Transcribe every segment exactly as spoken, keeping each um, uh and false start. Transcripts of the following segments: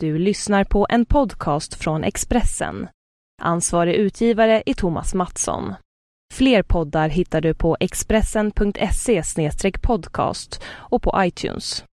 Du lyssnar på en podcast från Expressen. Ansvarig utgivare är Thomas Mattsson. Fler poddar hittar du på expressen punkt se slash podcast och på iTunes.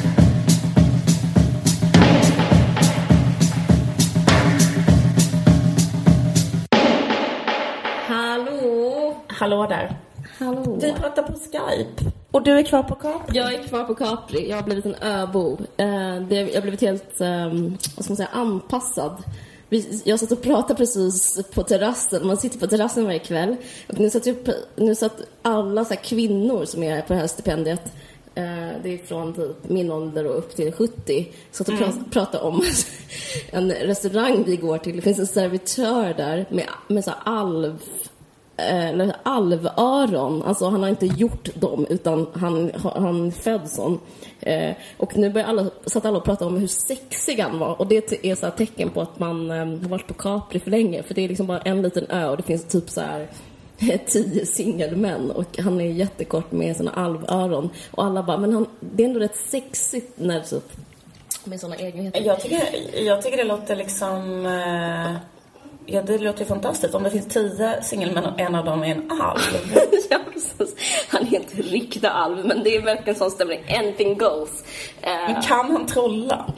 Hallå! Hallå där. Hallå. Vi pratar på Skype. Och du är kvar på Capri. Jag är kvar på Capri. Jag har blivit en öbo. Eh, det, jag har blivit helt eh, vad ska man säga, anpassad. Vi, jag satt och pratade precis på terrassen. Man sitter på terrassen varje kväll. Och nu satt, jag, nu satt alla så här kvinnor som är på det här stipendiet. Eh, det är från typ min ålder och upp till sjuttio. Så att mm. pra, prata om en restaurang vi går till. Det finns en servitör där med, med så här alv... eller alvöron, alltså han har inte gjort dem utan han, han född sån. Eh, och nu börjar alla, satt alla och prata om hur sexig han var, och det är så här tecken på att man eh, har varit på Capri för länge, för det är liksom bara en liten ö och det finns typ så här tio singelmän och han är jättekort med såna alvöron och alla bara, men han, det är ändå rätt sexigt när typ med såna egenheter. Jag tycker, jag tycker det låter liksom eh... Ja, det låter ju fantastiskt. Om det finns tio singelmän och en av dem är en alv. Ja, precis. Han är inte riktigt alv, men det är verkligen sån stämning. Anything goes. Men kan han trolla?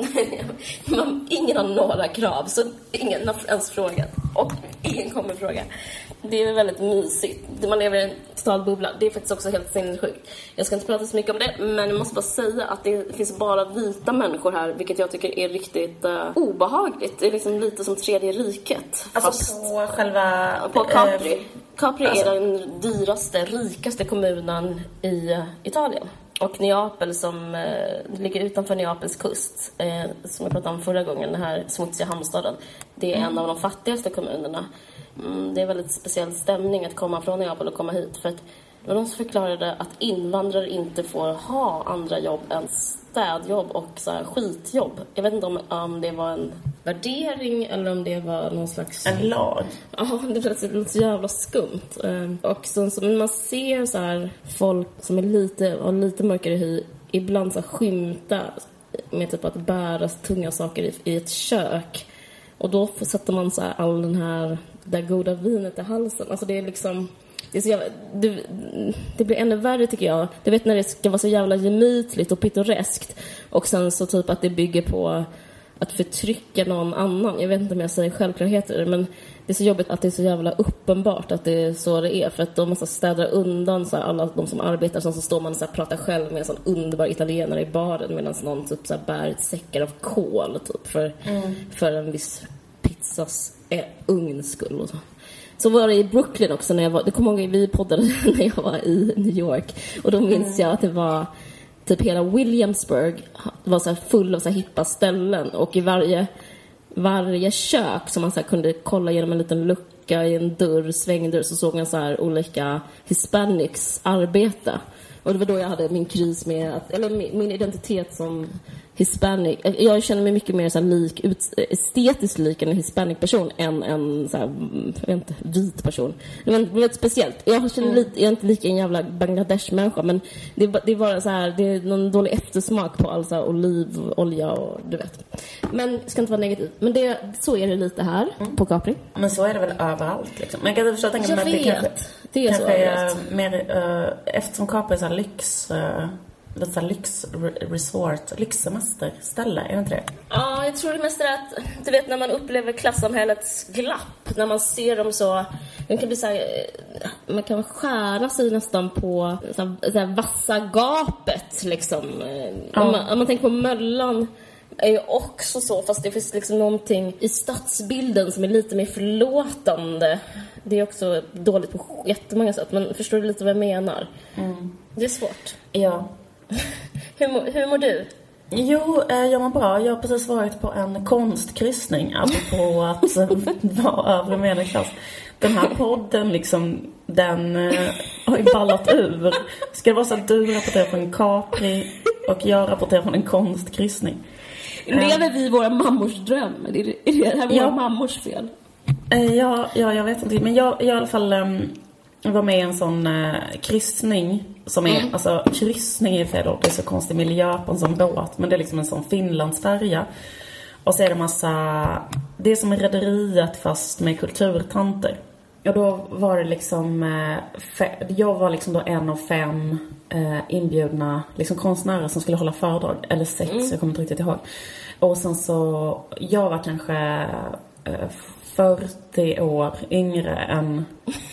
Man, ingen har några krav, så ingen har ens frågat. Och ingen kommer fråga. Det är väldigt mysigt. Man lever i en total bubbla. Det är faktiskt också helt sinnessjukt. Jag ska inte prata så mycket om det, men jag måste bara säga att det finns bara vita människor här, vilket jag tycker är riktigt uh, obehagligt. Det är liksom lite som tredje riket. Alltså fast på själva... På Capri. Äh, Capri alltså. är den dyraste, rikaste kommunen i uh, Italien. Och Neapel som eh, ligger utanför Neapels kust, eh, som jag pratade om förra gången, den här smutsiga hamnstaden, det är mm. en av de fattigaste kommunerna. Mm, det är väldigt speciell stämning att komma från Neapel och komma hit, för att det var de som förklarade att invandrare inte får ha andra jobb än städjobb och så här skitjobb. Jag vet inte om, om det var en värdering eller om det var någon slags... En lag. Ja, det låter så jävla skumt. Och så, så man ser så här folk som är lite, har lite mörkare hy, ibland så här skymta med typ att bära tunga saker i, i ett kök. Och då sätter man så här all den här, det goda vinet i halsen. Alltså det är liksom... Det, är så jävla, det, det blir ännu värre tycker jag. Du vet när det ska vara så jävla gemytligt och pittoreskt. Och sen så typ att det bygger på att förtrycka någon annan. Jag vet inte om jag säger självklarheter, men det är så jobbigt att det är så jävla uppenbart att det är så det är. För att de måste städra undan så här, alla de som arbetar. Så, så står man och så här, pratar själv med en sån underbar italienare i baren, medan någon typ så här, bär säckar av kol typ, för, mm. för en viss pizzas äh, ugnskull och så. Så var det i Brooklyn också när jag var, det kommer ihåg vi poddade när jag var i New York, och då minns jag att det var typ hela Williamsburg var så här full av så här hippa ställen, och i varje varje kök som man så här kunde kolla genom en liten lucka i en dörr, svängdörr, så såg man så här olika Hispanics arbeta. Och det var då jag hade min kris med att, eller min, min identitet som Hispanic. Jag känner mig mycket mer så här lik, ut, estetiskt lik en hispanic person än en så här, jag vet inte, vit person. Det var väldigt speciellt. Jag känner lite, jag är inte lika en jävla Bangladesh-människa, men det, det är bara så här, det är någon dålig eftersmak på all så här olivolja och du vet. Men det ska inte vara negativt. Men det, så är det lite här mm. på Capri. Men så är det väl överallt liksom. Men jag kan förstå att jag det vet. kanske, det är kanske så överallt. Är mer, uh, eftersom Capri är så här lyx... Uh, lite såhär lyx resort, lyxsemesterställe, är det inte det? Ja, jag tror det mest är att, du vet, när man upplever klassamhällets glapp, när man ser dem så, man kan bli så här, man kan skära sig nästan på så här, så här vassa gapet liksom. Ja. Om, man, om man tänker på Möllan är ju också så, fast det finns liksom någonting i stadsbilden som är lite mer förlåtande. Det är också dåligt på jättemånga sätt, men förstår du lite vad jag menar? Mm. Det är svårt. Ja. hur, hur mår du? Jo, jag mår bra. Jag har precis varit på en konstkryssning, apropå att vara övre medelklass. Den här podden liksom, den uh, har ju ballat ur. Ska det vara så att du rapporterar från en Capri och jag rapporterar från en konstkryssning? Lever vi våra mammors dröm? Är det, är det här våra ja. mammors fel? Ja, ja, jag vet inte. Men jag, jag i alla fall um, var med i en sån uh, kryssning. Som är, mm. alltså kryssning är fel ord. Det är så konstigt med Japan som båt. Men det är liksom en sån Finlandsfärja. Och så är det massa, det är som Rederiet fast med kulturtanter. Och då var det liksom, fe, jag var liksom då en av fem eh, inbjudna liksom konstnärer som skulle hålla föredrag. Eller sex, mm. jag kommer inte riktigt ihåg. Och sen så, jag var kanske eh, fyrtio år yngre än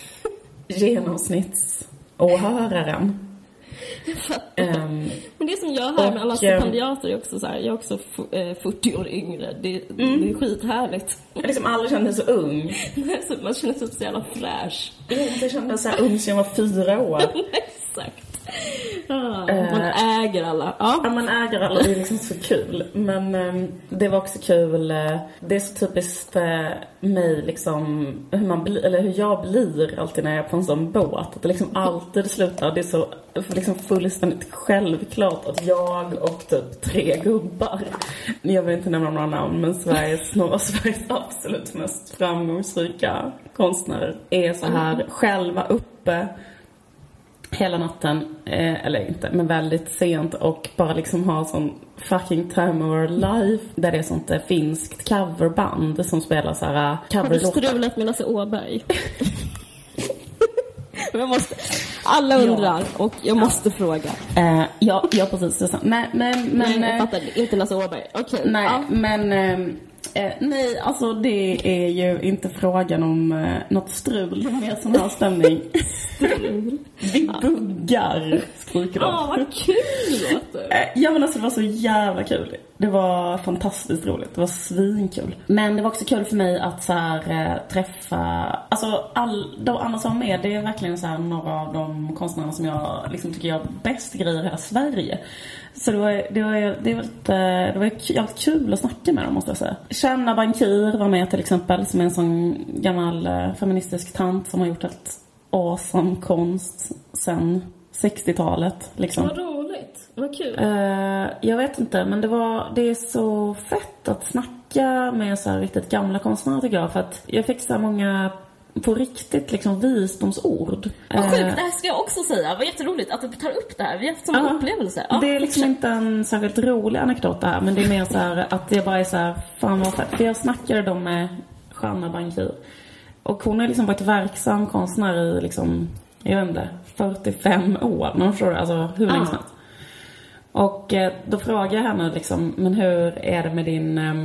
genomsnittsåhöraren. um, Men det som jag hör med alla stipendiater är också så här, jag är också fyrtio år yngre. Det, mm. det är skithärligt. Jag liksom aldrig kände så ung. Så man känner sig så jävla fräsch. Jag inte kände så här ung som jag var fyra år. Exakt. Ah, uh, man äger alla. Ja. ja, man äger alla. Det är liksom så kul. Men um, det var också kul. Uh, det är så typiskt uh, mig liksom hur man blir, eller hur jag blir alltid när jag är på en sån båt. Att det liksom alltid slutar. Det är så liksom fullständigt självklart att jag och typ tre gubbar, jag vill inte nämna några namn, men Sveriges, några av Sveriges absolut mest framgångsrika konstnärer är så här mm. själva uppe hela natten, eh, eller inte, men väldigt sent och bara liksom ha sån fucking time of our life där det är sånt eh, finskt coverband som spelar så här coverlåtar. Har du strulat med Lasse Åberg? Jag måste, alla undrar, ja. Och jag måste ja. fråga. Uh, ja, ja, precis. Nej, men, men, nej, jag fattar inte Lasse Åberg. Okej. Nej, ja. men uh, uh, nej, alltså det är ju inte frågan om uh, något strul. Det är mer sån här stämning. Strul? Vi buggar, skriker de. Ja, vad kul det låter. Uh, ja, men alltså det var så jävla kul. Det var fantastiskt roligt. Det var svinkul. Men det var också kul för mig att så här, äh, träffa... Alltså, all, de andra som var med, det är verkligen så här, några av de konstnärerna som jag liksom, tycker jag bäst grejer i hela Sverige. Så det var, det var, det var, lite, det var jävligt kul att snacka med dem, måste jag säga. Shanna Bankir var med till exempel, som är en sån gammal äh, feministisk tant som har gjort ett awesome konst sen sextiotalet. Liksom. Vad roligt. Vad kul. Uh, jag vet inte, men det var det är så fett att snacka med så här riktigt gamla konstnärer, tycker jag, för att jag fick så här många på riktigt liksom visdomsord. Vad sjukt, det här ska jag också säga. Vad jätteroligt att du tar upp det här. Vi har haft samma uh, upplevelse. Ja, det är liksom inte en särskilt rolig anekdot här, men det är mer så här att det bara är så här, fan vad fett. För jag snackade då med Shanna Bankir. Och hon är liksom varit verksam konstnär i liksom, jag vet inte, fyrtiofem år. Man förstår det, alltså hur länge som helst. Och eh, då frågar jag henne liksom, men hur är det med din eh,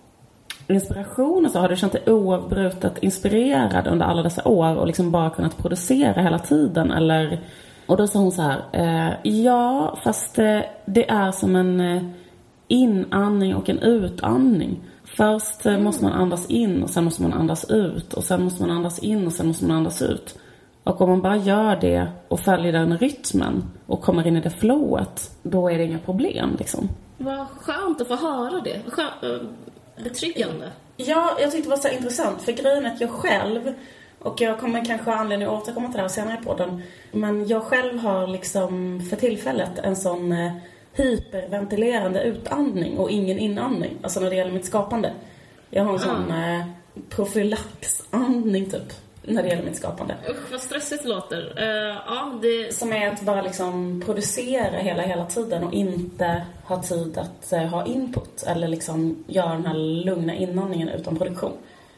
inspiration och så? Har du känt dig oavbrutet inspirerad under alla dessa år och liksom bara kunnat producera hela tiden? Eller... Och då sa hon så här, eh, ja, fast eh, det är som en eh, inandning och en utandning. Först eh, måste man andas in och sen måste man andas ut. Och sen måste man andas in och sen måste man andas ut. Och om man bara gör det och följer den rytmen och kommer in i det flowet, då är det inga problem liksom. Vad skönt att få höra det. Skön, betryggande. Ja, jag tyckte det var så intressant. För grejen är att jag själv, och jag kommer kanske ha anledning att återkomma till det här senare i podden, men jag själv har liksom för tillfället en sån eh, hyperventilerande utandning och ingen inandning. Alltså när det gäller mitt skapande. Jag har en mm. sån eh, profylaxandning typ. När det gäller mitt skapande. Usch, vad stressigt låter. Uh, ja, det... Som är att bara liksom producera hela, hela tiden och inte ha tid att uh, ha input. Eller liksom göra den här lugna inandningen utan produktion.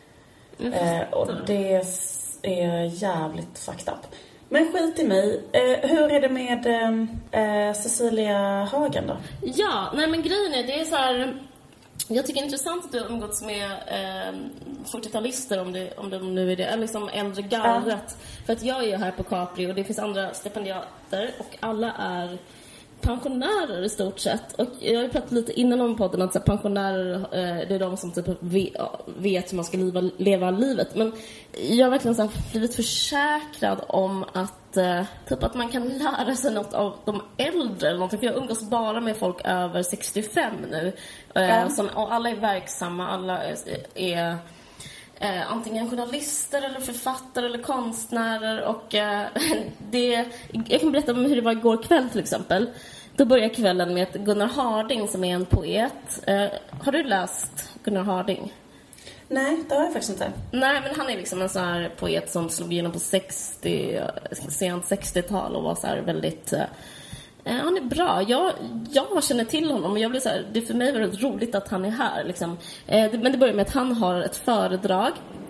Uh, och det är jävligt fucked up. Men skit i mig. Uh, hur är det med uh, Cecilia Hagen då? Ja, nej men grejen är, det är så här... Jag tycker det är intressant att du har umgåtts med eh, fyrtiotalister, om det, om det nu är det, eller liksom äldre gallret. Ja. För att jag är ju här på Capri och det finns andra stipendiater och alla är pensionärer i stort sett. Och jag har ju pratat lite innan om podden att så här, pensionärer, eh, det är de som typ vet hur man ska leva, leva livet. Men jag har verkligen så här, blivit försäkrad om att eh, typ att man kan lära sig något av de äldre eller någonting. För jag umgås bara med folk över sextiofem nu. Eh, mm. som, och alla är verksamma, alla är, är Eh, antingen journalister eller författare eller konstnärer och eh, det, jag kan berätta om hur det var igår kväll till exempel. Då börjar kvällen med att Gunnar Harding som är en poet. Eh, har du läst Gunnar Harding? Nej, det har jag faktiskt inte. Nej, men han är liksom en sån här poet som slog igenom på sextio, sent sextiotal och var så här väldigt Eh, han är bra. Jag, jag känner till honom och jag blir så här, det är för mig väldigt roligt att han är här. Liksom. Eh, det, men det börjar med att han har ett föredrag.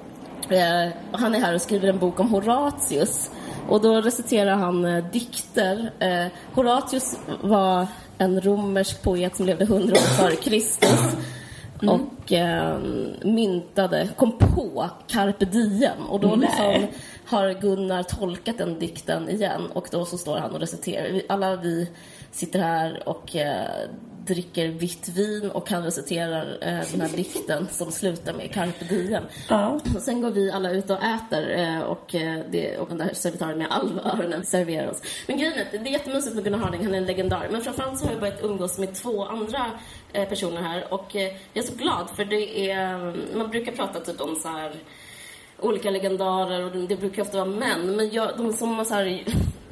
Eh, och han är här och skriver en bok om Horatius. Och då reciterar han eh, dikter. Eh, Horatius var en romersk poet som levde hundra år före Kristus. Mm. Och eh, myntade, kom på Carpe Diem. Och då liksom har Gunnar tolkat den dikten igen. Och då så står han och reciterar. Alla vi sitter här och eh, dricker vitt vin. Och han reciterar eh, den här dikten som slutar med Carpe Diem. Ja. Och sen går vi alla ut och äter. Eh, och, eh, det, och den där servitören med alvöronen serverar oss. Men grejen är, det är jättemysigt med Gunnar Harding. Han är en legendar. Men framförallt så har jag börjat umgås med två andra eh, personer här. Och eh, jag är så glad för det är... Man brukar prata typ om så här... olika legendarer och det brukar ofta vara män. Men jag, de som så här,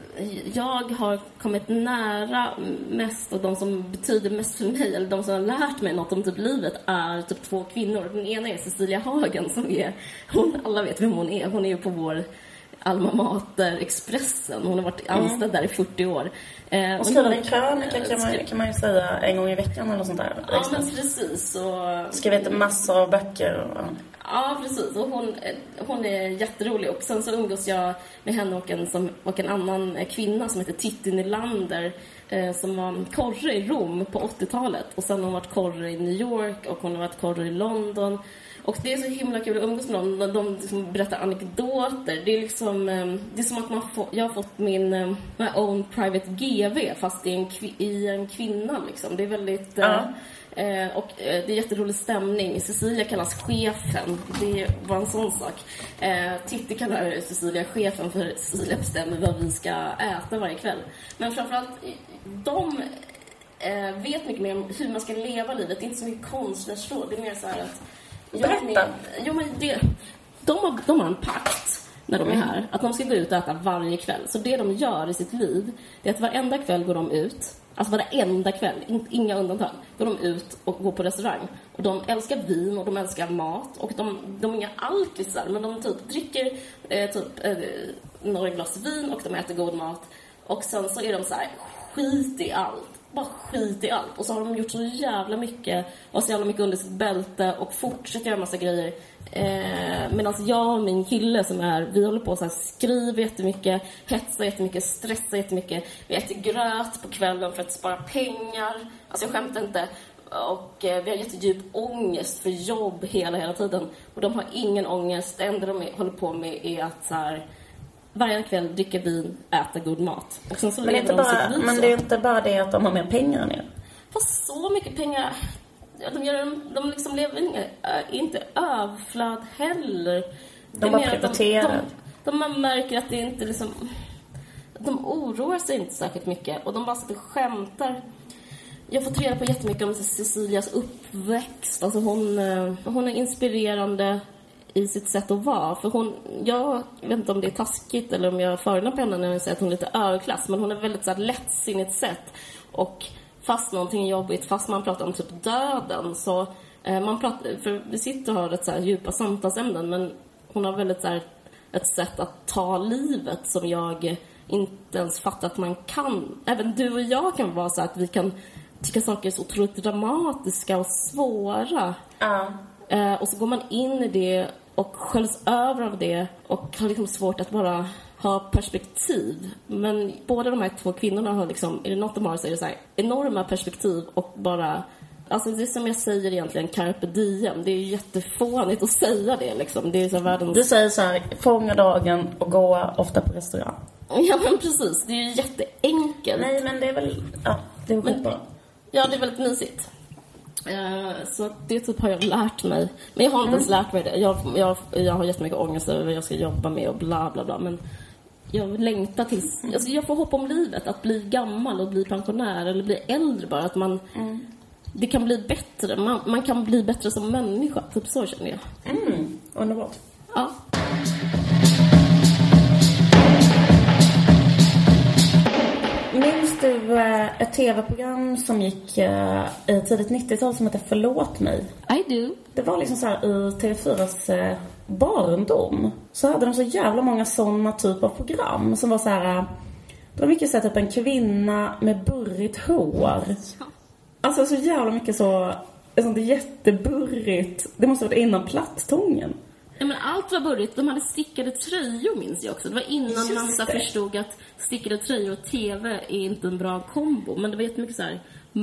jag har kommit nära mest och de som betyder mest för mig, eller de som har lärt mig något om typ livet, är typ två kvinnor. Den ena är Cecilia Hagen som är, hon, alla vet vem hon är. Hon är ju på vår Alma Mater Expressen. Hon har varit anställd mm. där i fyrtio år. Eh, och skriver en krönika kan man, kan man ju säga en gång i veckan eller sånt där. Ja, men precis. Och skrivit massor av böcker. Och... Ja, precis. Och hon, hon är jätterolig. Och sen så umgås jag med henne och en, som, och en annan kvinna som heter Titti Nylander, eh, som var korre i Rom på åttiotalet. Och sen har hon varit korre i New York och hon har varit korre i London. Och det är så himla kul att umgås med dem. De, de liksom berättar anekdoter. Det är liksom, det är som att man får, jag har fått min my own private G V fast i en, i en kvinna liksom. Det är väldigt ja. eh, och det är jätterolig stämning. Cecilia kallas chefen. Det var en sån sak. Eh, Titti kallar Cecilia chefen, för Cecilia bestämmer vad vi ska äta varje kväll. Men framförallt de eh, vet mycket mer om hur man ska leva livet. Det är inte så mycket konstnärsråd. Det är mer så här att berätta. Jo, men det, de, har, de har en pakt när de är här, att de ska gå ut och äta varje kväll. Så det de gör i sitt liv, det är att varenda kväll går de ut, alltså varenda kväll, inga undantag, går de ut och går på restaurang. Och de älskar vin och de älskar mat. Och de, de är inga alkisar, men de typ dricker eh, typ eh, några glas vin och de äter god mat. Och sen så är de så här, skit i allt. Bara skit i allt. Och så har de gjort så jävla mycket och så jävla mycket under sitt bälte och fortsätter göra massa grejer. Eh, Medan jag och min kille som är, vi håller på så här, skriver jättemycket, hetsar jättemycket, stressar jättemycket. Vi äter gröt på kvällen för att spara pengar. Alltså jag skämtar inte. Och eh, vi har jättedjup ångest för jobb hela, hela tiden. Och de har ingen ångest. Det enda de är, håller på med är att så här, varje kväll dricka vin, äta god mat. Och sen så men, inte de bara, men det är inte bara det att de har mer pengar än er. Fast så mycket pengar. De, gör, de, de liksom lever inga, inte överflöd heller. De bara prioriterar. De, de, man märker att det inte liksom... De oroar sig inte särskilt mycket. Och de bara sitter och skämtar. Jag får reda på jättemycket om Cecilias uppväxt. Alltså hon, hon är inspirerande i sitt sätt att vara. För hon, jag vet inte om det är taskigt eller om jag förenar på henne när jag säger att hon är lite överklass. Men hon är väldigt så här lättsinnigt sätt. Och fast någonting är jobbigt, fast man pratar om typ döden. Så eh, man pratar, för vi sitter och har ett så här djupa samtalsämnen. Men hon har väldigt så här ett sätt att ta livet som jag inte ens fattar att man kan. Även du och jag kan vara så att vi kan tycka saker är så otroligt dramatiska och svåra. Ja. Uh. Och så går man in i det och sköljs över av det och har liksom svårt att bara ha perspektiv. Men båda de här två kvinnorna har liksom, är det något de har så är det så här enorma perspektiv och bara, alltså det är som jag säger egentligen carpe diem. Det är ju jättefånigt att säga det liksom. Det är så världens... Du säger så här, fånga dagen och gå ofta på restaurang. Ja men precis, det är ju jätteenkelt. Nej men det är väl, ja, det är väl bra. Ja, det är väldigt mysigt. Uh, så det typ har jag lärt mig. Men jag har inte mm. ens lärt mig det. Jag, jag, jag har jättemycket ångest över vad jag ska jobba med och bla bla bla. Men jag längtar tills... Alltså jag får hopp om livet. Att bli gammal och bli pensionär eller bli äldre bara. Att man... Mm. Det kan bli bättre. Man, man kan bli bättre som människa. Typ så känner jag. Mm, underbart. Ja. Minns du äh, ett tv-program som gick äh, i tidigt nittiotal som heter Förlåt mig? I do. Det var liksom så här i T V fyras äh, barndom. Så hade de så jävla många sådana typer av program som var så här... Äh, Det var mycket så här, typ en kvinna med burrigt hår. Ja. Alltså så jävla mycket så, sånt jätteburrigt. Det måste vara innan plattången. Ja, men allt var burrigt. De hade stickade tröjor, minns jag också. Det var innan Just man så det. förstod att stickade tröjor och tv är inte en bra kombo. Men det var jättemycket så här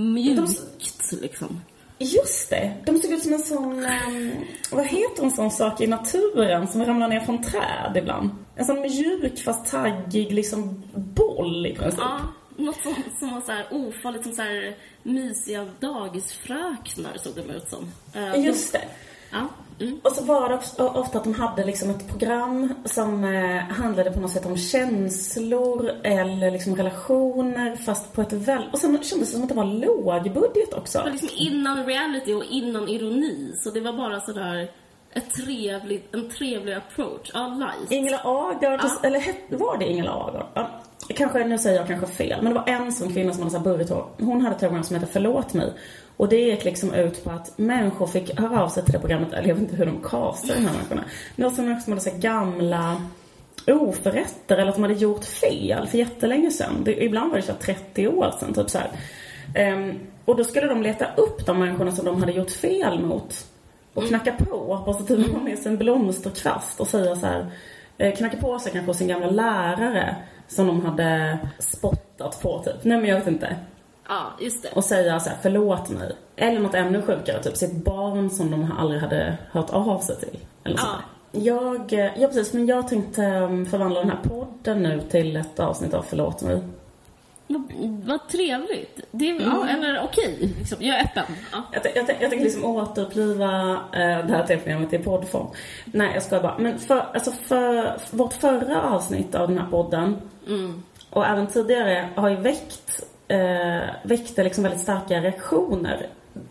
mjukt, liksom. Just det. De såg ut som en sån, um, vad heter en sån sak i naturen som ramlar ner från träd ibland? En sån mjuk fast taggig liksom boll i princip. Ja, något som, som var så här ofarligt, som så här mysiga dagisfröknar såg de ut som. Uh, Just det. Ja. Mm. Och så var det också, ofta att de hade liksom ett program som eh, handlade på något sätt om känslor eller liksom relationer, fast på ett väl... Och sen kändes det som att det var lågbudget också. Det var liksom innan reality och innan ironi. Så det var bara sådär ett trevligt, en trevlig approach. Ja, life. Ingela Agard, Ja. eller het- var det Ingela Agard? Ja. Kanske, nu säger jag kanske fel, men det var en sån kvinna som hade så här burrigt hår. Hon hade ett program som heter Förlåt mig. Och det gick liksom ut på att människor fick höra av sig till det programmet. Eller jag vet inte hur de castade de här människorna. Det var som människor som hade så här gamla oförrätter, eller att de hade gjort fel för jättelänge sedan. Det, ibland var det så här trettio år sedan, typ så här. Um, och då skulle de leta upp de människorna som de hade gjort fel mot. Och knacka på. Och så typ ha med sig en blomsterkvast och säga så här... Eh, knacka på sig kanske sin gamla lärare som de hade spottat på typ. Nej, men jag vet inte. Ja, just det. Och säga så här, förlåt mig. Eller något ännu sjukare, typ sitt barn som de aldrig hade hört av sig till. Eller så. Ja. Jag, ja precis, men jag tänkte um, förvandla den här podden nu till ett avsnitt av Förlåt mig. Vad, vad trevligt. Det, mm. Ja, eller okej. Liksom. Jag är öppen. Ja. Jag, jag, jag, jag tänkte liksom återuppliva uh, det här tv-programmet i poddform. Nej, jag ska bara. Men för, alltså för, för vårt förra avsnitt av den här podden Mm. och även tidigare har ju väckt eh, väckte liksom väldigt starka reaktioner.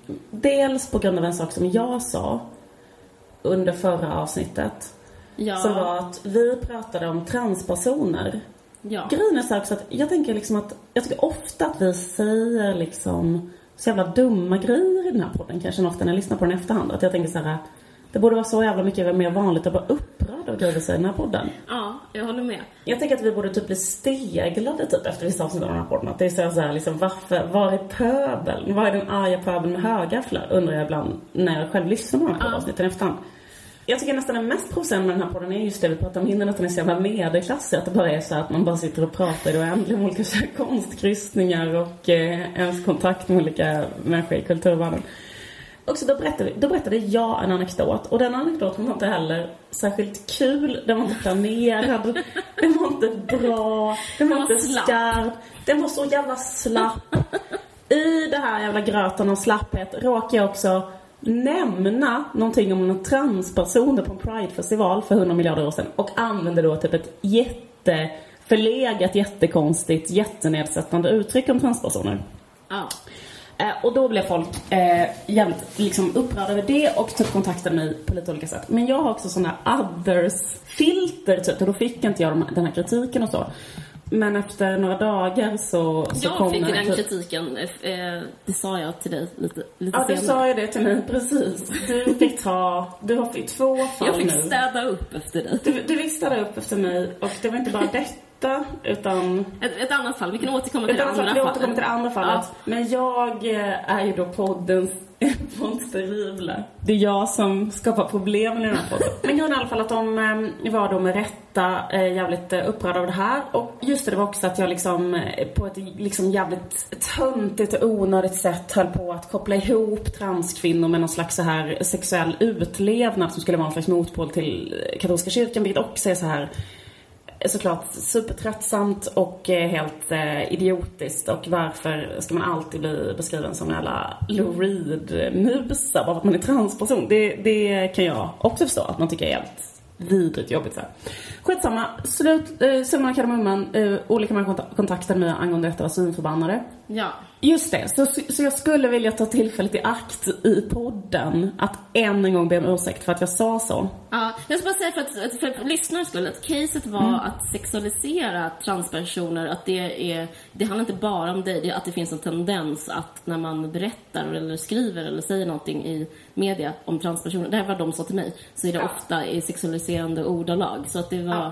Dels på grund av en sak som jag sa under förra avsnittet. Ja. Som var att vi pratade om transpersoner. Ja. Grejen är så också att jag tänker liksom att jag tycker ofta att vi säger liksom så jävla dumma grejer i den här podden, kanske ofta när jag lyssnar på den efterhand, att jag tänker så här, det borde vara så jävla mycket mer vanligt att vara upprörd av grejer vi säger i den här podden. Ja, jag håller med. Jag tänker att vi borde typ bli steglade typ efter vissa avsnitt av den här podden. Att det är så här liksom, varför, var är pöbeln? Var är den arga pöbeln med högafflar? Undrar jag ibland när jag själv lyssnar på den här poddavsnitten i efterhand. Jag tycker nästan den mest provocerande med den här podden är just det vi pratar om innan, att den är så jävla medelklassig. Att det bara är så att man bara sitter och pratar i det oändliga om olika så här konstkryssningar och eh, ens kontakt med olika människor i kulturvärlden. Och så då berättade, då berättade jag en anekdot. Och den anekdoten var inte heller särskilt kul. Den var inte planerad. Den var inte bra. Den var, Den var inte slapp. skarp. Den var så jävla slapp. I det här jävla gröten av slapphet råkar jag också nämna någonting om en transperson på en Pride-festival för hundra miljarder år sedan. Och använde då typ ett jätteförlegat, jättekonstigt, jättenedsättande uttryck om transpersoner. Ja. Eh, och då blev folk eh, jävligt liksom upprörda över det och typ kontaktade mig på lite olika sätt. Men jag har också sådana others-filter typ, och då fick inte jag de, den här kritiken och så. Men efter några dagar så, så Jag kom fick den den här kritiken, eh, det sa jag till dig lite, lite Ja, du senare. sa ju det till mig, precis. Du fick ta, du har fått två fall Jag fick nu. städa upp efter dig. Du, du fick städa upp efter mig, och det var inte bara detta, utan... Ett, ett annat fall, vi kan återkomma till Ett det annat andra fall, vi fallet. återkommer till det andra fallet. Ja. Men jag eh, är ju då poddens monsterrivla. Det är jag som skapar problemen i den här podden. Men grejen är i alla fall att de eh, var då med rätta eh, jävligt eh, upprörda av det här. Och just det, det var också att jag liksom eh, på ett liksom jävligt töntigt och onödigt sätt höll på att koppla ihop transkvinnor med någon slags så här sexuell utlevnad som skulle vara en slags motpol till katolska kyrkan, vilket också är så här såklart supertröttsamt och helt eh, idiotiskt. Och varför ska man alltid bli beskriven som en jävla Lou Reed-musa bara för att man är transperson? Det, det kan jag också förstå att man tycker är helt vidrigt jobbigt så här. Skitsamma, slut, eh, summan av kardemumman, eh, olika människor kontaktade mig angående detta var svinförbannade. Ja. Just det, så, så jag skulle vilja ta tillfället i akt i podden att än en gång be om ursäkt för att jag sa så. Ja, jag ska bara säga för att för, för lyssnare skulle att caset var mm. att sexualisera transpersoner, att det är, det handlar inte bara om dig, det är att det finns en tendens att när man berättar eller skriver eller säger någonting i media om transpersoner, det här var de sa till mig, så är det ofta i sexualiserande ordalag, så att det var Ja.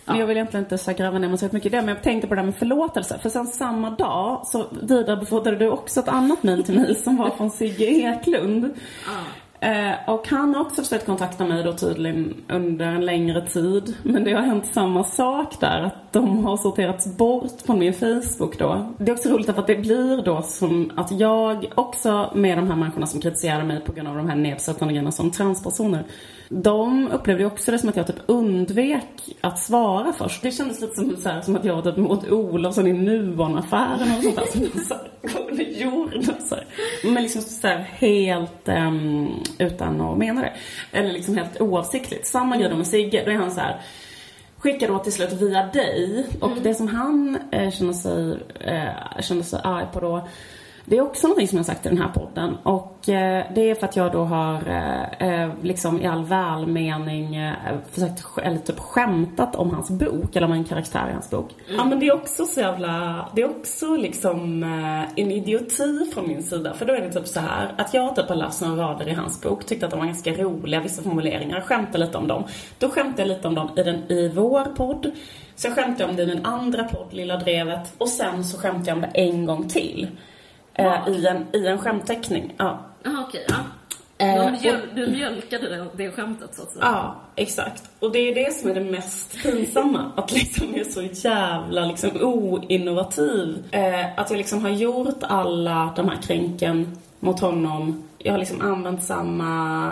Men jag vill egentligen inte så gräva ner mig så mycket i det. Men jag tänkte på det där med förlåtelse. För sen samma dag så vidarebefordrade du också ett annat mejl till mig som var från Sigge Eklund. Ja. Eh, och han har också försökt kontakta mig då tydligen under en längre tid. Men det har hänt samma sak där, att de har sorterats bort på min Facebook då. Det är också roligt för att det blir då som att jag också med de här människorna som kritiserar mig på grund av de här nedsättande grejerna som transpersoner, de upplevde ju också det som att jag typ undvek att svara först. Det kändes lite som, så här, som att jag var typ mot Olofsson i Nuon-affären och sånt där som jag så här, gjorde så här. Men liksom så här helt um, utan att mena det. Eller liksom helt oavsiktligt. Samma grej med Sigge, då är han så här, skickar då till slut via dig. Och mm. det som han eh, känner sig eh, känner sig arg på då, det är också något som jag har sagt i den här podden. Och eh, det är för att jag då har eh, liksom i all välmening eh, försökt, eller typ skämtat om hans bok, eller om en karaktär i hans bok. Mm. Ja, men det är också så jävla, det är också liksom eh, en idioti från min sida. För då är det typ så här, att jag typ har läst några rader i hans bok, tyckte att de var ganska roliga, vissa formuleringar, skämtade lite om dem. Då skämtade jag lite om dem i, den, i vår podd. Så jag skämtade om det i min andra podd, Lilla Drevet. Och sen så skämtade jag om det en gång till. Ja. I, en, I en skämtteckning. Ja. Aha, okej, ja. Du, mjöl, du mjölkade det, det skämtet så att säga. Ja, exakt. Och det är det som är det mest pinsamma. Att liksom jag är så jävla liksom oinnovativ. Eh, att jag liksom har gjort alla de här kränken mot honom. Jag har liksom använt samma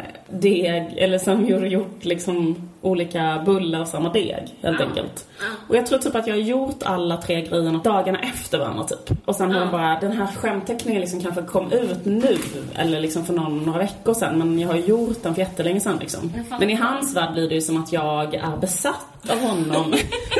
deg, eller som jag har gjort liksom olika bullar och samma deg, helt ja. enkelt. Ja. Och jag tror typ att jag har gjort alla tre grejerna dagarna efter varandra typ. Och sen har ja. bara, den här skämtteckningen liksom kanske kom ut nu, eller liksom för någon, några veckor sedan. Men jag har gjort den för jättelänge sedan liksom. Men i hans värld blir det ju som att jag är besatt av honom.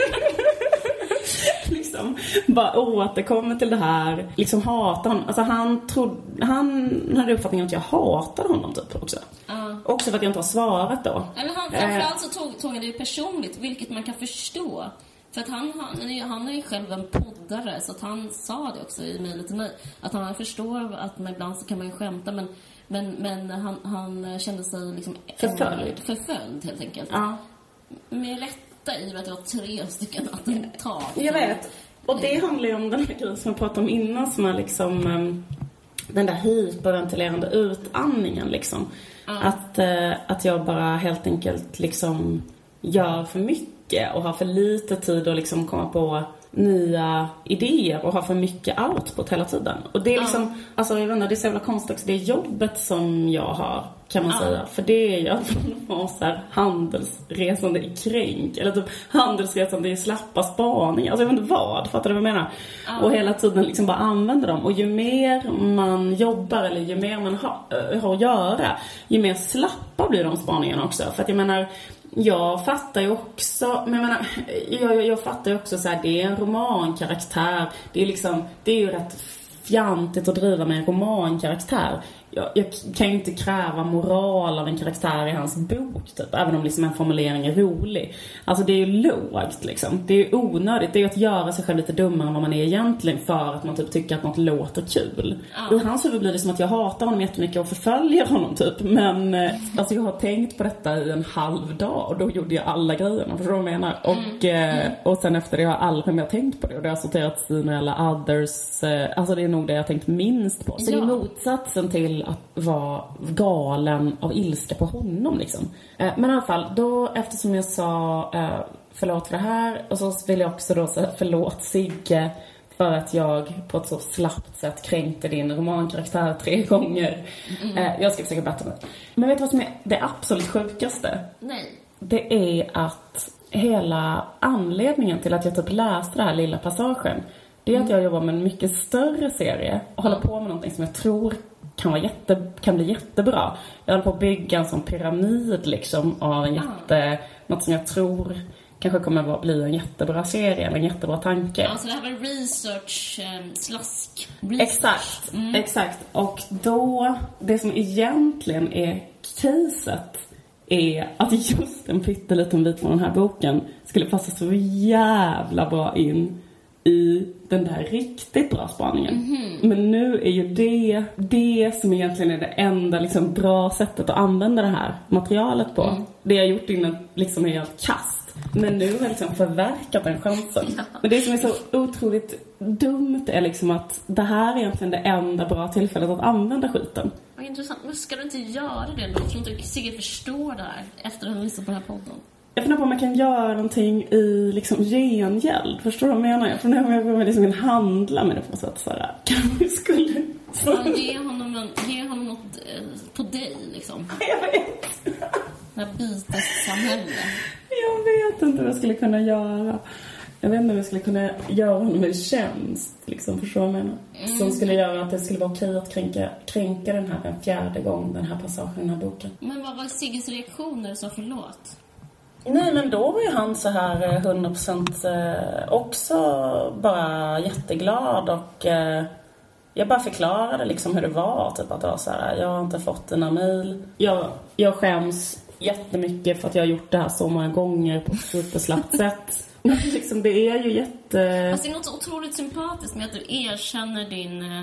Liksom, bara återkommer till det här, liksom hatar honom. Alltså han trodde, han hade uppfattningen att jag hatar honom typ också. Uh. Också för att jag inte har svarat då. Eller han, framförallt så tog, tog han det ju personligt, vilket man kan förstå. För att han, han, han är ju själv en poddare, så att han sa det också i mejlet till mig. Att han förstår att man ibland så kan man ju skämta, men, men, men han, han kände sig liksom förföljd. Förföljd helt enkelt. Uh. Med rätta i att det var tre stycken attentat. Jag vet. Och det handlar ju om den här grejen som jag pratade om innan, som är liksom um, den där hyperventilerande utandningen liksom. Mm. Att, uh, att jag bara helt enkelt liksom gör för mycket och har för lite tid att liksom komma på nya idéer och har för mycket output hela tiden. Och det är liksom, mm. alltså jag vet inte, det är så jävla konstigt också. Det är jobbet som jag har, kan man mm. säga. För det är ju att man har så här handelsresande i kränk. Eller typ handelsresande i slappa spaningar. Alltså jag vet inte vad, fattar du vad jag menar? Mm. Och hela tiden liksom bara använder dem. Och ju mer man jobbar, eller ju mer man har, har att göra, ju mer slappa blir de spaningarna också. För att jag menar, jag fattar ju också, men jag menar, jag, jag, jag fattar ju också så här, det är en romankaraktär. Det är liksom, det är ju rätt fjantigt att driva med en romankaraktär. Jag, jag kan ju inte kräva moral av en karaktär i hans bok typ, även om liksom en formulering är rolig. Alltså det är ju lågt liksom. Det är ju onödigt. Det är ju att göra sig själv lite dummare än vad man är egentligen, för att man typ tycker att något låter kul. Ja. I hans huvud blir det som att jag hatar honom jättemycket och förföljer honom typ. Men alltså jag har tänkt på detta i en halv dag, och då gjorde jag alla grejerna, förstår du vad jag menar? Och, mm. eh, och sen efter det har jag aldrig mer tänkt på det, och det har sorterats i några others. Eh, alltså det är nog det jag har tänkt minst på. Så ja. Det är motsatsen till att vara galen av ilska på honom liksom. Eh, men i alla fall, då eftersom jag sa eh, förlåt för det här, och så vill jag också då säga förlåt Sigge för att jag på ett så slappt sätt kränkte din romankaraktär tre gånger. Mm. Eh, jag ska försöka bättra mig. Men vet du vad som är det absolut sjukaste? Nej. Det är att hela anledningen till att jag typ läste den här lilla passagen, det är mm. att jag jobbar med en mycket större serie och håller på med någonting som jag tror kan, vara jätte, kan bli jättebra. Jag håller på att bygga en sån pyramid liksom av en jätte, mm. något som jag tror kanske kommer att bli en jättebra serie eller en jättebra tanke. Ja, så det här var research, um, slask. Research. Exakt, mm. exakt. Och då, det som egentligen är caset är att just en pytteliten bit från den här boken skulle passa så jävla bra in i den där riktigt bra spaningen. Mm-hmm. Men nu är ju det det som egentligen är det enda liksom bra sättet att använda det här materialet på. Mm. Det jag gjort innan liksom är helt kast. Men nu har jag liksom förverkat den chansen. Ja. Men det som är så otroligt dumt är liksom att det här är egentligen det enda bra tillfället att använda skiten. Vad intressant. Men ska du inte göra det då? Jag tror inte Sigge förstår det här efter att ha lyssnat på den här podden. Jag funderar på om man kan göra någonting i liksom gengäld. Förstår du vad jag menar? Jag funderar på om jag liksom kan handla med det på något sätt. Så här. Kan vi skulle... Ja, ge honom, en, ge honom något eh, på dig liksom. Jag vet. Det här bytessamhälle. Jag vet inte vad jag skulle kunna göra. Jag vet inte om jag skulle kunna göra honom en tjänst. Liksom, förstår du vad jag menar? Mm. Som skulle göra att det skulle vara okej att kränka, kränka den här en fjärde gång. Den här passagen i den här boken. Men vad var Sigges reaktion när du sa förlåt? Nej, men då var ju han så här hundra procent också bara jätteglad och eh, jag bara förklarade liksom hur det var. Typ att det var så här, jag har inte fått dina mejl. Jag, jag skäms jättemycket för att jag har gjort det här så många gånger på ett superslappt sätt. liksom, det är ju jätte... Alltså, det är något så otroligt sympatiskt med att du erkänner din...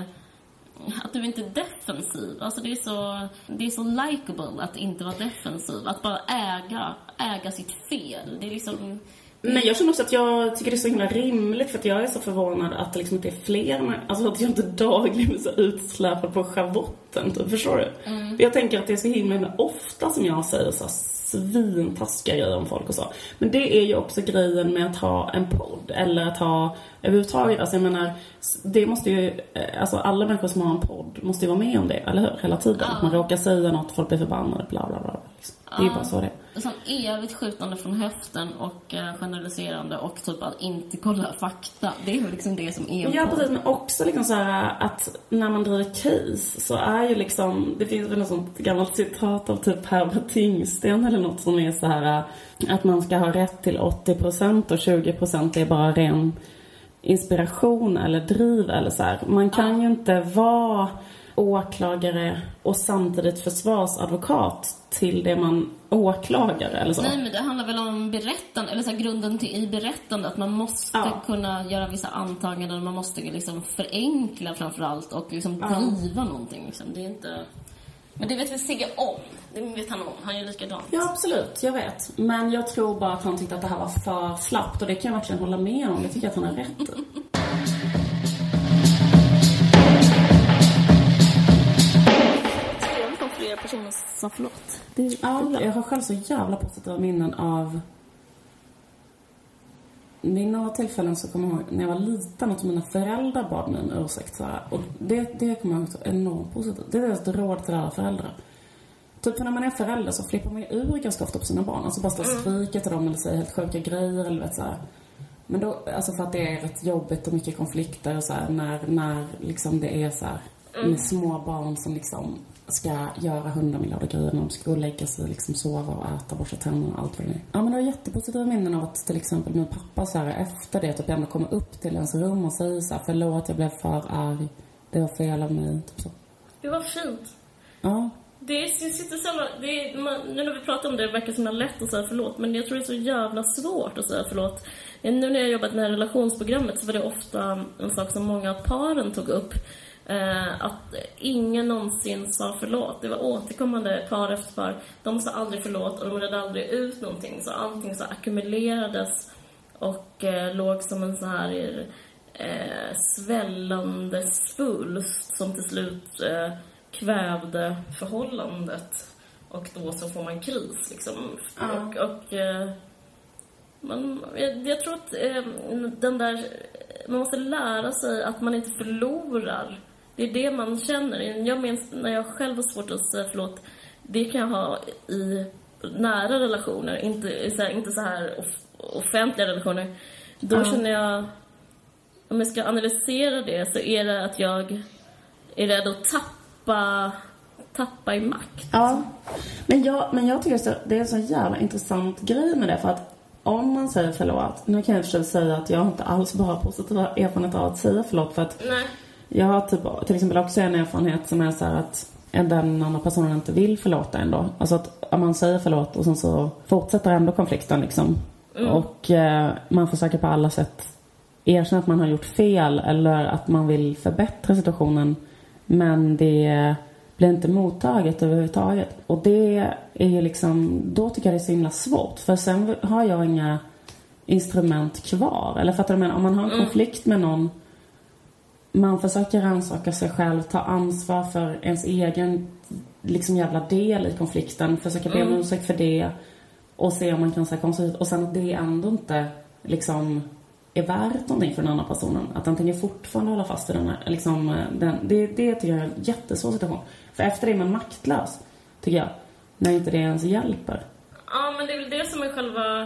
Att du inte är defensiv. Alltså det är så det är så likeable att inte vara defensiv. Att bara äga äga sitt fel. Det är liksom... Men jag känner också att jag tycker det är så himla rimligt. För att jag är så förvånad att det liksom inte är fler. Alltså att jag inte dagligen är så utsläpad på schavotten. Typ. Förstår du? Mm. Jag tänker att det är så himla ofta som jag säger så svintaskiga grejer om folk och så. Men det är ju också grejen med att ha en podd. Eller att ha överhuvudtaget. Alltså jag menar, det måste ju... Alltså alla människor som har en podd måste ju vara med om det. Eller hur? Hela tiden. Ja. Att man råkar säga något, folk blir förbannade. Bla bla bla. Liksom. Det är ju bara så det är. Som evigt skjutande från höften och uh, generaliserande och typ att inte kolla fakta. Det är ju liksom det som är. Ja, precis. Men också liksom så här att när man driver case så är ju liksom... Det finns väl något sånt gammalt citat av typ Herbert Tingsten eller något som är så här att man ska ha rätt till åttio procent och tjugo procent är bara ren inspiration eller driv eller så här. Man kan ju inte vara åklagare och samtidigt försvarsadvokat till det man åklagar eller så. Nej, men det handlar väl om berättande eller så här, grunden till i berättande att man måste ja. kunna göra vissa antaganden, man måste liksom förenkla framförallt och liksom ja. driva någonting liksom. Det är inte... Men det vet vi Sigge om. Det vet han om. Han är likadant. Ja, absolut. Jag vet. Men jag tror bara att han tyckte att det här var för slappt. Och det kan jag verkligen hålla med om. Jag tycker att han har rätt. Trevligt om flera personer sa förlåt. Det är, ja, jag har själv så jävla positiva minnen av... Vid några tillfällen så kommer jag ihåg när jag var liten att mina föräldrar bad mig om ursäkt. Så här. Och det, det kommer jag ihåg så enormt positivt. Det är ett råd till alla föräldrar. Typ när man är förälder så flippar man ju ur ganska ofta på sina barn. Alltså bara skrika till dem eller säga helt sjuka grejer eller vet så här. Men då, alltså för att det är rätt jobbigt och mycket konflikter och så här, när, när liksom det är så här med små barn som liksom ska göra hundra miljarder grejer när de ska gå och lägga sig, liksom sova och äta, borsta tänderna och allt vad det är. Ja, men det var jättepositiva minnen av att till exempel min pappa så här, efter det typ ändå kommer upp till ens rum och säger så här, förlåt, jag blev för arg. Det var fel av mig, typ så. Det var fint. Ja. Det är, sitter så, det är, man, nu när vi pratar om det, det verkar som att lätt att säga förlåt. Men jag tror det är så jävla svårt att säga förlåt. Nu när jag jobbat med relationsprogrammet så var det ofta en sak som många paren tog upp. Eh, att ingen någonsin sa förlåt. Det var återkommande par efter par. De sa aldrig förlåt och de redde aldrig ut någonting. Så allting så ackumulerades och eh, låg som en så här eh, svällande svulst som till slut eh, kvävde förhållandet. Och då så får man kris liksom. Ja. Och, och eh, man, jag, jag tror att eh, den där, man måste lära sig att man inte förlorar. Det är det man känner. Jag minns när jag själv har svårt att säga förlåt. Det kan jag ha i nära relationer. Inte så här, inte så här off- offentliga relationer. Då mm. känner jag, om jag ska analysera det, så är det att jag är rädd att tappa, tappa i makt. Ja, men jag, men jag tycker att det är en så jävla intressant grej med det. För att om man säger förlåt, nu kan jag försöka säga att jag inte alls bara positiva erfarenhet av att säga förlåt. För att nej. Jag har typ, till exempel också en erfarenhet som är så här att den andra personen inte vill förlåta ändå. Alltså att om man säger förlåt och sen så fortsätter ändå konflikten liksom. Mm. Och eh, man försöker på alla sätt erkänna att man har gjort fel eller att man vill förbättra situationen, men det blir inte mottaget överhuvudtaget. Och det är ju liksom, då tycker jag det är så himla svårt, för sen har jag inga instrument kvar. Eller fattar du, men om man har en konflikt med någon, man försöker rannsaka sig själv, ta ansvar för ens egen liksom jävla del i konflikten, försöka be om Mm. ursäkt för det och se om man kan säga konstigt, och sen att det ändå inte liksom är värt någonting för den andra personen, att den tänker fortfarande hålla fast i den här liksom, den, det, det tycker jag är en jättesvår situation, för efter det är man maktlös, tycker jag, när inte det ens hjälper. Ja, men det är väl det som är själva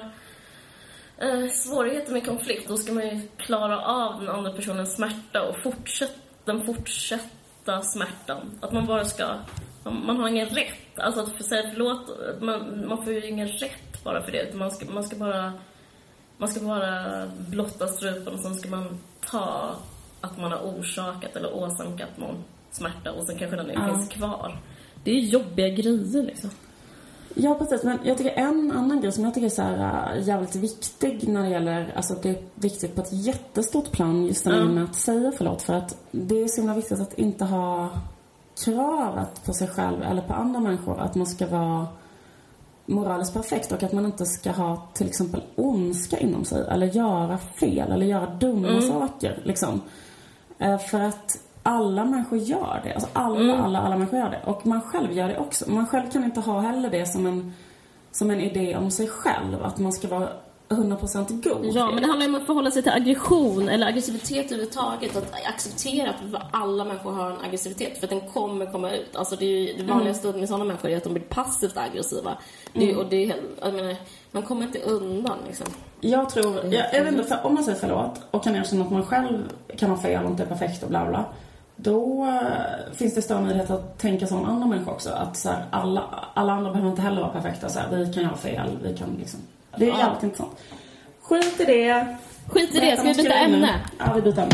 eh, svårigheten med konflikt. Då ska man ju klara av den andra personens smärta och fortsätta, den fortsätta smärtan. Att man bara ska, man, man har ingen rätt, alltså att för säga förlåt, man, man får ju ingen rätt bara för det, utan man ska, man ska bara man ska bara blotta strupen, och sen ska man ta att man har orsakat eller åsamkat någon smärta, och sen kanske den Ja. finns kvar. Det är ju jobbiga grejer liksom. Ja, precis. Men jag tycker en annan grej som jag tycker är så här, uh, jävligt viktig när det gäller, alltså det är viktigt på ett jättestort plan, just det Mm. med att säga förlåt, för att det är så himla viktigt att inte ha kravet på sig själv eller på andra människor att man ska vara moraliskt perfekt, och att man inte ska ha till exempel ondska inom sig eller göra fel eller göra dumma Mm. saker liksom. Uh, för att alla människor gör det. Alltså alla, Mm. alla, alla människor gör det. Och man själv gör det också. Man själv kan inte ha heller det som en, som en idé om sig själv. Att man ska vara hundra procent god. Ja, men det handlar om att förhålla sig till aggression eller aggressivitet överhuvudtaget. Att acceptera att alla människor har en aggressivitet, för att den kommer komma ut. Alltså det, är ju, det vanligaste med sådana människor är att de blir passivt aggressiva. Det, är- och det är, jag menar, man kommer inte undan liksom. Jag tror, jag, jag vet inte, för om man säger förlåt och kan erkänna att man själv kan ha fel och inte är perfekt och bla bla, då uh, finns det större möjlighet att tänka som andra människor också. Att så här, alla, alla andra behöver inte heller vara perfekta. Så här, vi kan göra fel, vi kan liksom. Det är Ja. jävligt intressant. Skit i det. Skit i det, ska vi byta ämne? Ja, vi byter ämne.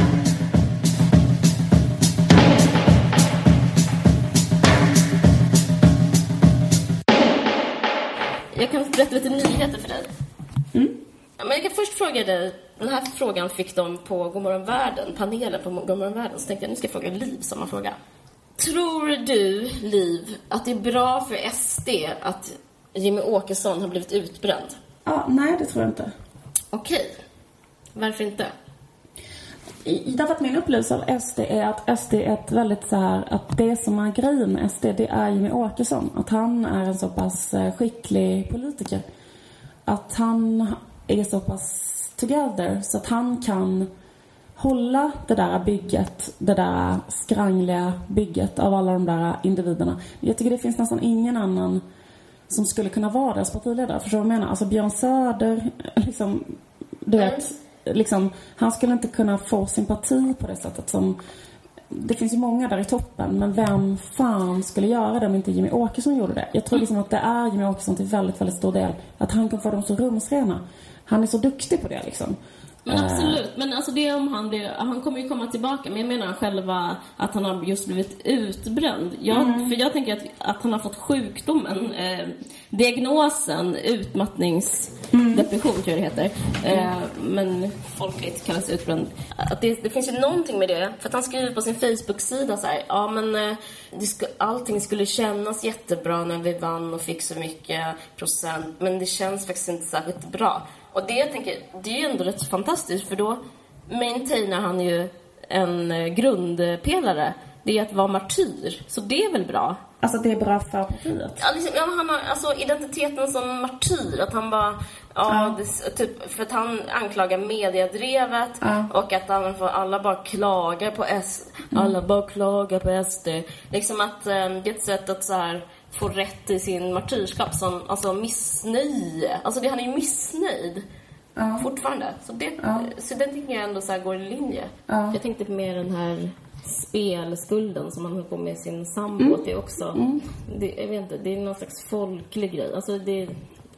Jag kan berätta lite nyheter för dig. Mm. Ja, men jag kan först fråga dig. Den här frågan fick de på Godmorgon Världen, panelen på Godmorgon Världen. Så tänkte jag, nu ska jag fråga Liv samma fråga. Tror du, Liv, att det är bra för S D att Jimmy Åkesson har blivit utbränd? Ja, nej, det tror jag inte. Okej. Varför inte? I, därför att min upplevelse av S D är att S D är ett väldigt så här, att det som är grejen med S D, det är Jimmy Åkesson. Att han är en så pass eh, skicklig politiker. Att han är så pass together så att han kan hålla det där bygget, det där skrangliga bygget av alla de där individerna. Jag tycker det finns nästan ingen annan som skulle kunna vara deras partiledare. Förstår du vad jag menar? Alltså Björn Söder, liksom, du vet, liksom, han skulle inte kunna få sympati på det sättet som... Det finns ju många där i toppen, men vem fan skulle göra det om inte Jimmy Åkesson gjorde det? Jag tror liksom att det är Jimmy Åkesson till väldigt, väldigt stor del. Att han kan få dem så rumsrena. Han är så duktig på det liksom. Men absolut, men alltså det om han blir, han kommer ju komma tillbaka, men jag menar själva att han har just blivit utbränd. Jag, Mm. För jag tänker att, att han har fått sjukdomen, eh, diagnosen utmattningsdepression tror jag det heter. Eh, men folkligt kallas utbränd. Att det, det finns ju någonting med det, för att han skriver på sin Facebook-sida så här, ja men eh, det sku, allting skulle kännas jättebra när vi vann och fick så mycket procent, men det känns faktiskt inte särskilt bra. Och det jag tänker, det är ju ändå rätt fantastiskt, för då maintainar han ju en eh, grundpelare. Det är att vara martyr, så det är väl bra. Alltså det är bra för partiet. Ja, liksom, ja, han har alltså identiteten som martyr, att han bara, ja, Ja. Det, typ, för att han anklagar mediedrevet Ja. och att han får, alla bara klagar på S, alla bara klagar på S D. Liksom att eh, det är ett sätt att så här få rätt i sin martyrskap som, alltså missnöje. Alltså det, han är ju missnöjd. Ja. Fortfarande. Så, det, Ja. så den tycker jag ändå så här går i linje. Ja. Jag tänkte på mer den här spelskulden som han höll på med sin sambo. Det är också, det, jag vet inte, det är någon slags folklig grej. Alltså det,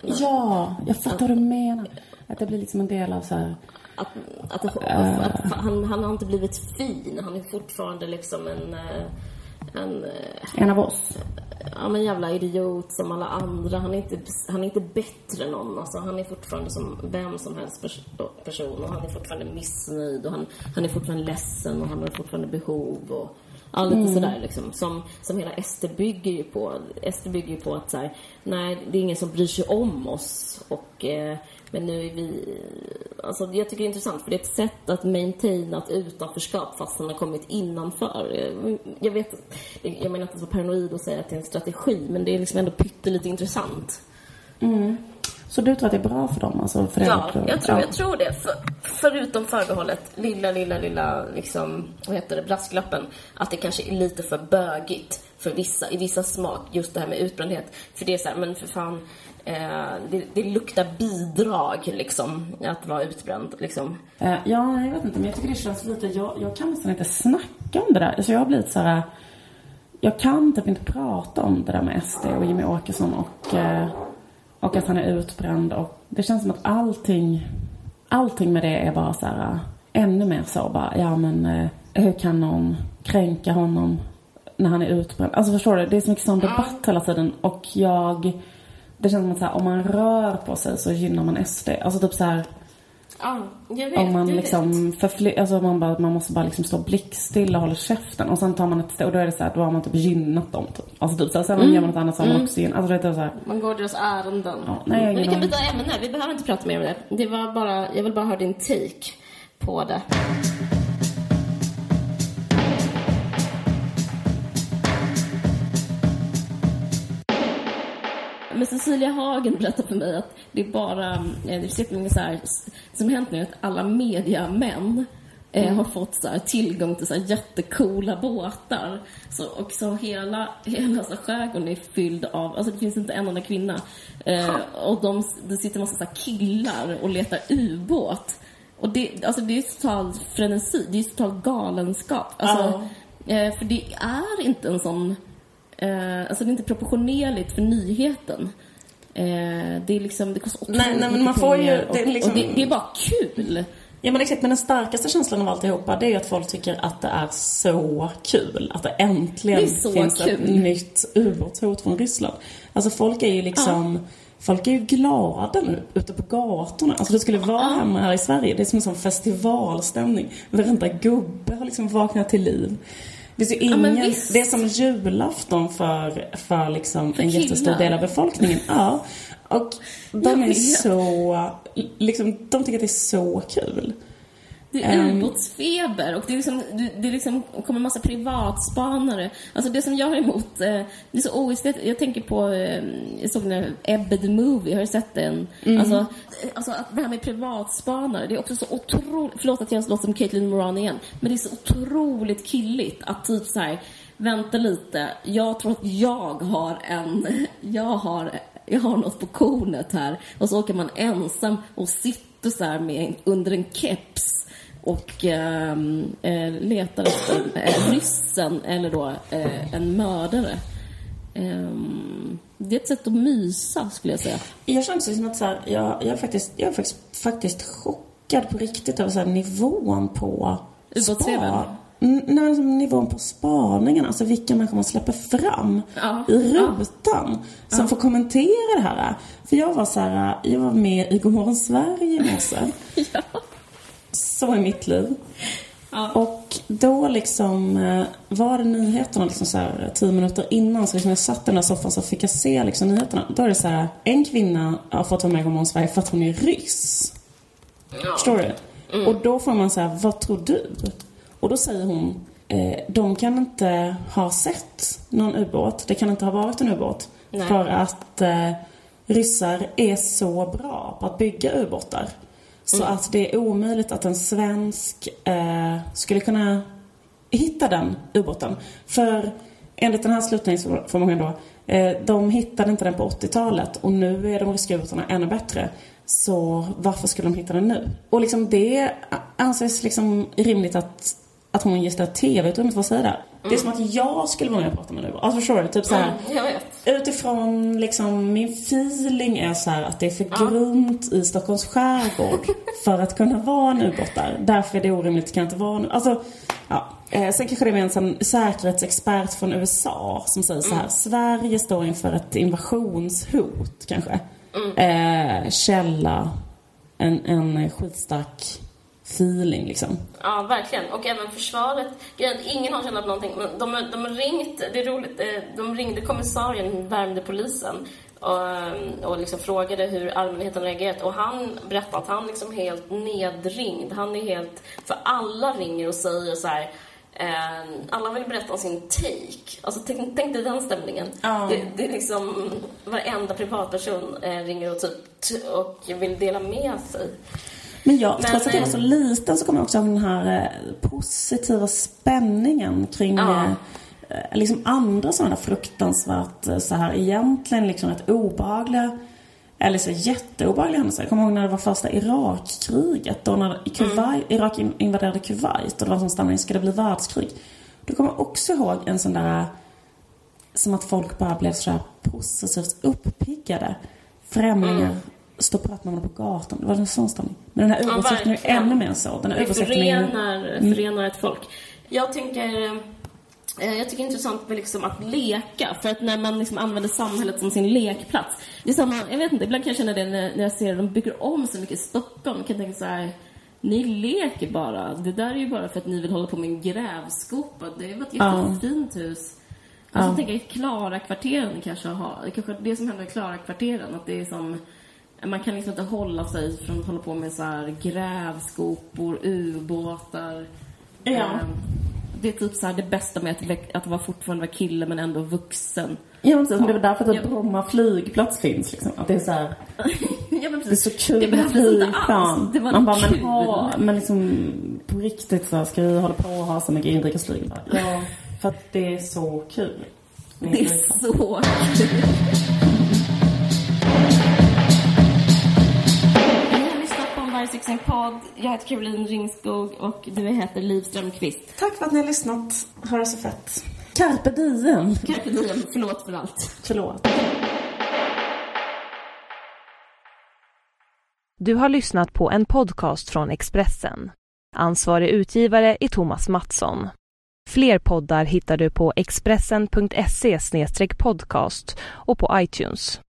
Ja, jag fattar vad du menar. Att det blir liksom en del av så här... att, att, att, att han, han har inte blivit fin. Han är fortfarande liksom en, en... En av oss. Ja, men jävla idiot som alla andra. Han är inte, han är inte bättre än någon. Alltså, han är fortfarande som vem som helst pers- person. Och han är fortfarande missnöjd. Och han, han är fortfarande ledsen. Och han har fortfarande behov. Och ja, lite mm. sådär liksom. Som, som hela S D bygger ju på. S D bygger ju på att så här, nej, det är ingen som bryr sig om oss. Och... Eh, Men nu är vi... Alltså jag tycker det är intressant för det är ett sätt att maintaina ett utanförskap fast han har kommit innanför. Jag vet, jag menar inte att vara paranoid och säga att det är en strategi, men det är liksom ändå pyttelite intressant. Mm. Så du tror att det är bra för dem? Alltså för ja, det jag tror, jag tror det. För, förutom förbehållet, lilla, lilla, lilla, liksom, vad heter det, brasklappen, att det kanske är lite för bögigt för vissa, i vissa smak, just det här med utbrändhet. För det är så här, men för fan... Eh, det, det luktar bidrag liksom att vara utbränd liksom. Eh, ja, jag vet inte, men jag tycker det känns lite jag, jag kan nästan inte snacka om det där. Alltså jag har blivit så här. Jag kan typ inte prata om det där med S D och Jimmy Åkesson och, eh, och att han är utbränd. Och det känns som att allting allting med det är bara så här ännu mer så bara, ja men eh, hur kan någon kränka honom när han är utbränd? Alltså förstår du, det är så mycket sån debatt hela tiden. Och jag det känns som att så här, om man rör på sig så gynnar man S D. Alltså typ så här. Ja, jag vet. Om man liksom förfly- alltså man bara man måste bara liksom stå blickstill och hålla käften och sen tar man ett steg och då är det så här, då har man typ gynnat dem typ. Alltså typ så här, sen mm. gör man något annat så har man också gynnat. Alltså det är så här. Man går deras ärenden. Ja, nej, men vi kan byta ämne. Vi behöver inte prata mer om det. Det var bara jag vill bara höra din take på det. Men Cecilia Hagen berättade för mig att det är bara det är så här som hänt nu att alla mediamän eh, mm. har fått så här, tillgång till så här, jättekola båtar så, och så hela, hela så här, skärgården är fylld av, alltså det finns inte en enda kvinna eh, och de, det sitter massa så här, killar och letar ubåt och det, alltså, det är total frenesi, det är total galenskap alltså, uh. eh, för det är inte en sån Eh, alltså det är inte proportionerligt för nyheten. Eh, det är liksom det kostar otroligt nej, nej, men man får ju och, det, är liksom... och det, det är bara kul. Ja men exakt, men den starkaste känslan av alltihopa det är ju att folk tycker att det är så kul att det äntligen det finns kul. ett nytt ubåtshot från Ryssland. Alltså folk är ju liksom ja. Folk är ju glada nu ute på gatorna. Alltså det skulle vara ja. hemma här i Sverige. Det är som en sån festivalstämning. Varenda gubbe har liksom vaknat till liv. Det är, ingen, ja, det är som julafton för, för, liksom för en jättestor del av befolkningen. Ja. Och de är så liksom, de tycker att det är så kul. Det är ubåtsfeber och det är liksom, det är liksom kommer en massa privatspanare. Alltså det som jag har emot eh, det är så oestetiskt. Jag tänker på eh, jag såg den Ebbe the Movie, har du sett den? Mm. Alltså, alltså att det här med privatspanare, det är också så otroligt, förlåt att jag låter som Caitlin Moran igen, men det är så otroligt killigt att typ så här, vänta lite, jag tror att jag har en jag har jag har något på kornet här och så åker man ensam och sitter så här med under en keps och äh, äh, letar efter äh, ryssen eller då äh, en mördare. Ähm, det är ett sätt att mysa skulle jag säga. Jag känner som att så här, jag, jag är faktiskt jag är faktiskt, faktiskt chockad på riktigt över så här, nivån på ubåtsfeber. Nej, nivån på spaningen, alltså vilka människor man släpper fram ja, i rutan ja. som ja. får kommentera det här. För jag var så här, jag var med i Godmorgon Sverige i morse. ja. Så i mitt liv. Ja. Och då liksom var det nyheterna liksom så här tio minuter innan, så liksom jag satt i den där soffan så fick jag se liksom nyheterna. Då är det så här, en kvinna har fått vara med i Godmorgon Sverige för att hon är ryss. Ja. Förstår du? Mm. Och då får man så här, vad tror du? Och då säger hon, eh, de kan inte ha sett någon ubåt. Det kan inte ha varit en ubåt. Nej. För att eh, ryssar är så bra på att bygga ubåtar. Så mm. att det är omöjligt att en svensk eh, skulle kunna hitta den ubåten. För enligt den här slutningsformationen då, eh, de hittade inte den på åttiotalet. Och nu är de ryska ubåtarna ännu bättre. Så varför skulle de hitta den nu? Och liksom det anses liksom rimligt att att hon just där tv-utrymmet, vad säger det? Mm. Det är som att jag skulle vara med och prata med nu. Alltså förstår du? Typ så här, mm, jag vet. Utifrån liksom, min feeling är så här att det är för mm. grunt i Stockholms skärgård för att kunna vara en ubåt där. Därför är det orimligt, kan inte vara nu. Alltså, Ja. Eh, sen kanske det är en sån säkerhetsexpert från U S A som säger så här: mm. Sverige står inför ett invasionshot kanske. Mm. Eh, källa, en, en skitstark feeling liksom. Ja, verkligen. Och även försvaret. Ingen har känt någonting. Men de, de har ringt, det är roligt, de ringde kommissarien, värmde polisen och, och liksom frågade hur allmänheten reagerat. Och han berättade att han liksom helt nedringd. Han är helt, för alla ringer och säger så här. Eh, alla vill berätta om sin take. Alltså tänk, tänk dig den stämningen. Oh. det, det är liksom varenda privatperson eh, ringer och, typ, och vill dela med sig. Men jag, Men, trots att jag var så liten så kommer jag också ihåg den här eh, positiva spänningen kring ja. eh, liksom andra sådana fruktansvärt eh, så här egentligen liksom rätt obehagliga eller så jätteobehagliga händelser. Jag kommer ihåg när det var första Irakkriget då när Kuwait, mm. Irak invaderade Kuwait och det var som stämning, ska det bli världskrig. Då kommer jag också ihåg en sån där som att folk bara blev så här positivt uppiggade främlingar. Mm. Stå och prata med på gatan. Det var en sån stämning. Men den här ursäkten är ännu mer så. Den här det förenar, förenar ett folk. Jag tänker jag tycker det är intressant med liksom att leka. För att när man liksom använder samhället som sin lekplats. Det är samma, jag vet inte, ibland kan jag känna det när, när jag ser att de bygger om så mycket i Stockholm. Jag kan tänka så här: ni leker bara. Det där är ju bara för att ni vill hålla på med en grävskopa. Det var ett jättefint uh. hus. Och så uh. tänker jag Klara-kvarteren kanske har. Kanske det som händer i Klara-kvarteren. Att det är som... Man kan liksom inte hålla sig från att hålla på med så här grävskopor, ubåtar. Ja. Det är typ så här det bästa med att, att vara fortfarande vara kille men ändå vuxen. Ja, precis. Men det är därför att ja. Bromma flygplats finns liksom. Att det är så här... ja, men det är så kul det med flygplan. Det var man bara, kul. Men, ha, men liksom på riktigt så här, ska vi hålla på och ha så mycket inrikesflyg? Ja, för att det är så kul. Det är, det är så kul. Podd. Jag heter Caroline Ringskog och du heter Liv Strömqvist. Tack för att ni har lyssnat. Ha det så fett. Carpe diem. Carpe diem. Förlåt för allt. Förlåt. Du har lyssnat på en podcast från Expressen. Ansvarig utgivare är Thomas Mattsson. Fler poddar hittar du på expressen punkt se slash podcast och på iTunes.